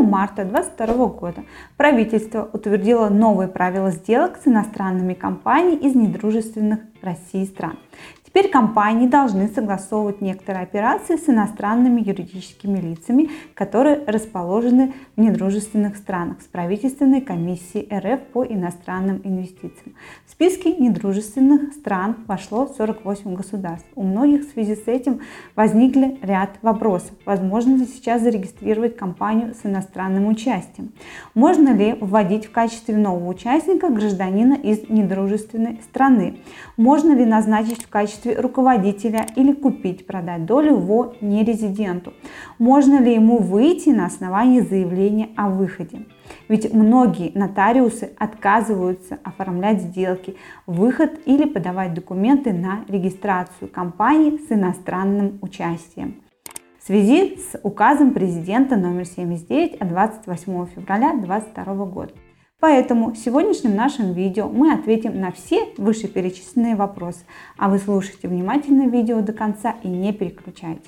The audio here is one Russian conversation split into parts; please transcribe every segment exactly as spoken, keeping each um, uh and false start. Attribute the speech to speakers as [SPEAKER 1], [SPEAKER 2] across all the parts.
[SPEAKER 1] шестого марта две тысячи двадцать второго года правительство утвердило новые правила сделок с иностранными компаниями из недружественных России стран. Теперь компании должны согласовывать некоторые операции с иностранными юридическими лицами, которые расположены в недружественных странах, с правительственной комиссией эр эф по иностранным инвестициям. В списке недружественных стран вошло сорок восемь государств. У многих в связи с этим возникли ряд вопросов. Возможно ли сейчас зарегистрировать компанию с иностранным участием? Можно ли вводить в качестве нового участника гражданина из недружественной страны? Можно ли назначить в качестве руководителя или купить, продать долю его нерезиденту? Можно ли ему выйти на основании заявления о выходе? Ведь многие нотариусы отказываются оформлять сделки, выход или подавать документы на регистрацию компании с иностранным участием в связи с указом президента номер семьдесят девять от двадцать восьмого февраля две тысячи двадцать второго года. Поэтому в сегодняшнем нашем видео мы ответим на все вышеперечисленные вопросы, а вы слушайте внимательно видео до конца и не переключайтесь.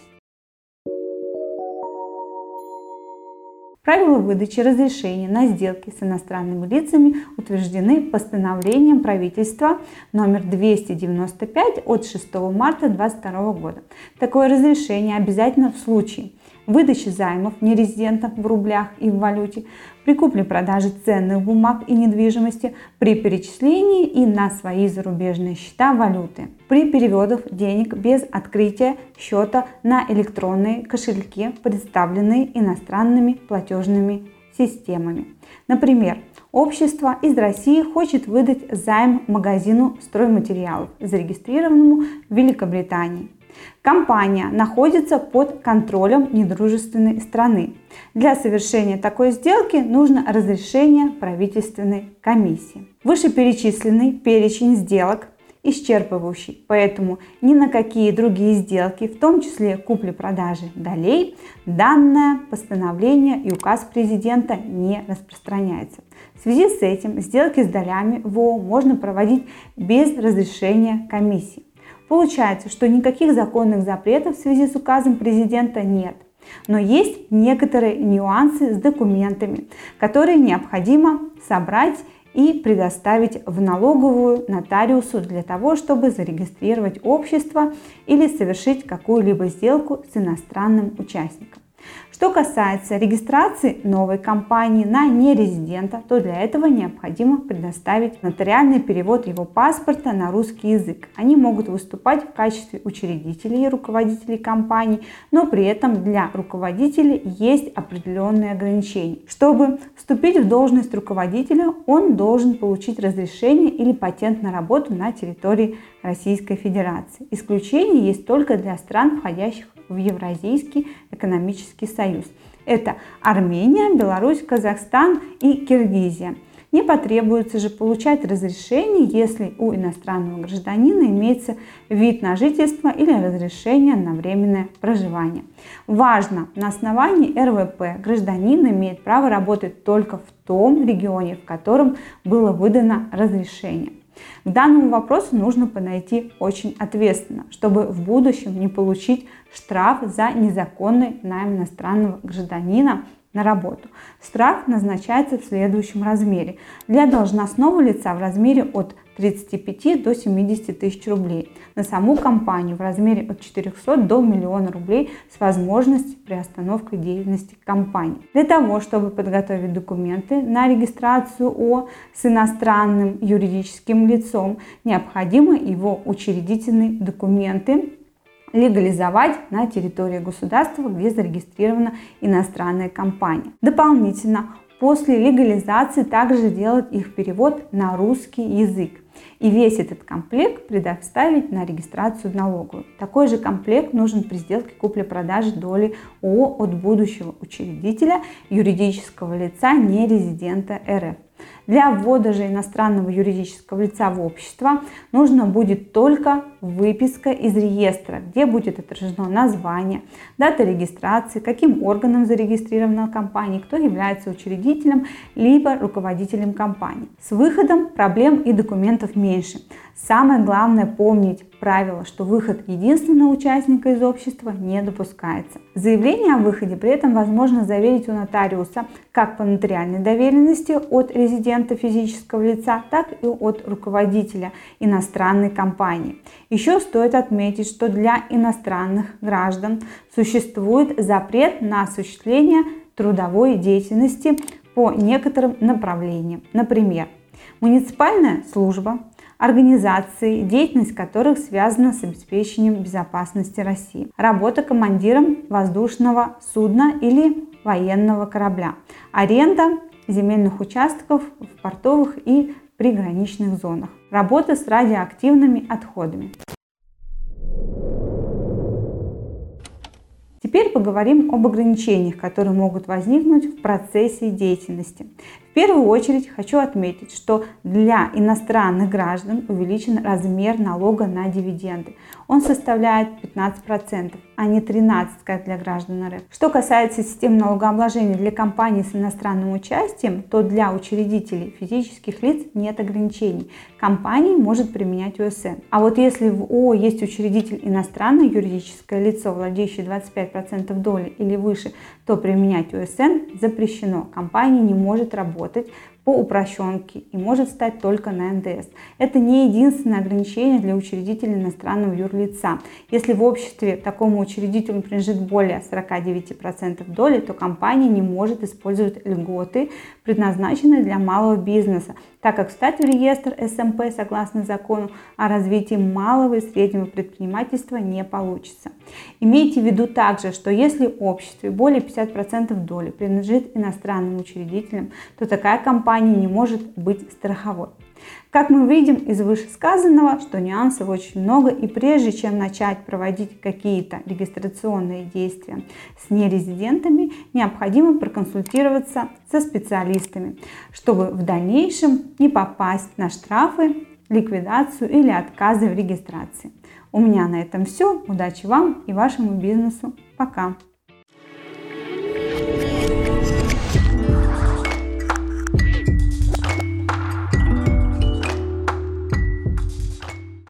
[SPEAKER 1] Правила выдачи разрешений на сделки с иностранными лицами утверждены постановлением правительства номер двести девяносто пять от шестого марта две тысячи двадцать второго года. Такое разрешение обязательно в случае выдачи займов нерезидентам в рублях и в валюте, при купле-продаже ценных бумаг и недвижимости, при перечислении и на свои зарубежные счета валюты, при переводах денег без открытия счета на электронные кошельки, представленные иностранными платежными системами. Например, общество из России хочет выдать займ магазину стройматериалов, зарегистрированному в Великобритании. Компания находится под контролем недружественной страны. Для совершения такой сделки нужно разрешение правительственной комиссии. Вышеперечисленный перечень сделок исчерпывающий, поэтому ни на какие другие сделки, в том числе купли-продажи долей, данное постановление и указ президента не распространяется. В связи с этим сделки с долями в ООО можно проводить без разрешения комиссии. Получается, что никаких законных запретов в связи с указом президента нет. Но есть некоторые нюансы с документами, которые необходимо собрать и предоставить в налоговую нотариусу для того, чтобы зарегистрировать общество или совершить какую-либо сделку с иностранным участником. Что касается регистрации новой компании на нерезидента, то для этого необходимо предоставить нотариальный перевод его паспорта на русский язык. Они могут выступать в качестве учредителей и руководителей компаний, но при этом для руководителей есть определенные ограничения. Чтобы вступить в должность руководителя, он должен получить разрешение или патент на работу на территории Российской Федерации. Исключения есть только для стран, входящих в Евразийский экономический союз. Это Армения, Беларусь, Казахстан и Киргизия. Не потребуется же получать разрешение, если у иностранного гражданина имеется вид на жительство или разрешение на временное проживание. Важно, на основании эр вэ пэ гражданин имеет право работать только в том регионе, в котором было выдано разрешение. К данному вопросу нужно подойти очень ответственно, чтобы в будущем не получить штраф за незаконный найм иностранного гражданина на работу. Штраф назначается в следующем размере. Для должностного лица в размере от тридцати пяти до семидесяти тысяч рублей. На саму компанию в размере от четырёхсот до миллиона рублей с возможностью приостановки деятельности компании. Для того, чтобы подготовить документы на регистрацию ООО с иностранным юридическим лицом, необходимо его учредительные документы легализовать на территории государства, где зарегистрирована иностранная компания. Дополнительно, после легализации также делать их перевод на русский язык. И весь этот комплект предоставить на регистрацию в налоговую. Такой же комплект нужен при сделке купли-продажи доли ООО от будущего учредителя юридического лица нерезидента эр эф. Для ввода же иностранного юридического лица в общество нужно будет только выписка из реестра, где будет отражено название, дата регистрации, каким органом зарегистрирована компания, кто является учредителем либо руководителем компании. С выходом проблем и документов меньше. Самое главное помнить правило, что выход единственного участника из общества не допускается. Заявление о выходе при этом возможно заверить у нотариуса как по нотариальной доверенности от резидента физического лица, так и от руководителя иностранной компании. Еще стоит отметить, что для иностранных граждан существует запрет на осуществление трудовой деятельности по некоторым направлениям. Например, муниципальная служба, организации, деятельность которых связана с обеспечением безопасности России, работа командиром воздушного судна или военного корабля, аренда земельных участков в портовых и приграничных зонах, работа с радиоактивными отходами. Теперь поговорим об ограничениях, которые могут возникнуть в процессе деятельности. В первую очередь хочу отметить, что для иностранных граждан увеличен размер налога на дивиденды. Он составляет пятнадцать процентов, а не тринадцать процентов, как для граждан РФ. Что касается системы налогообложения для компаний с иностранным участием, то для учредителей физических лиц нет ограничений. Компания может применять УСН. А вот если в ООО есть учредитель иностранное юридическое лицо, владеющее двадцать пять процентов доли или выше, то применять УСН запрещено. Компания не может работать по упрощенке и может стать только на эн дэ эс. Это не единственное ограничение для учредителя иностранного юрлица. Если в обществе такому учредителю принадлежит более сорока девяти процентов доли, то компания не может использовать льготы, предназначенные для малого бизнеса, так как встать в реестр эс эм пэ согласно закону о развитии малого и среднего предпринимательства не получится. Имейте в виду также, что если в обществе более пятидесяти процентов доли принадлежит иностранным учредителям, то такая компания не может быть страховой. Как мы видим из вышесказанного, что нюансов очень много, и прежде чем начать проводить какие-то регистрационные действия с нерезидентами, необходимо проконсультироваться со специалистами, чтобы в дальнейшем не попасть на штрафы, ликвидацию или отказы в регистрации. У меня на этом все. Удачи вам и вашему бизнесу. Пока!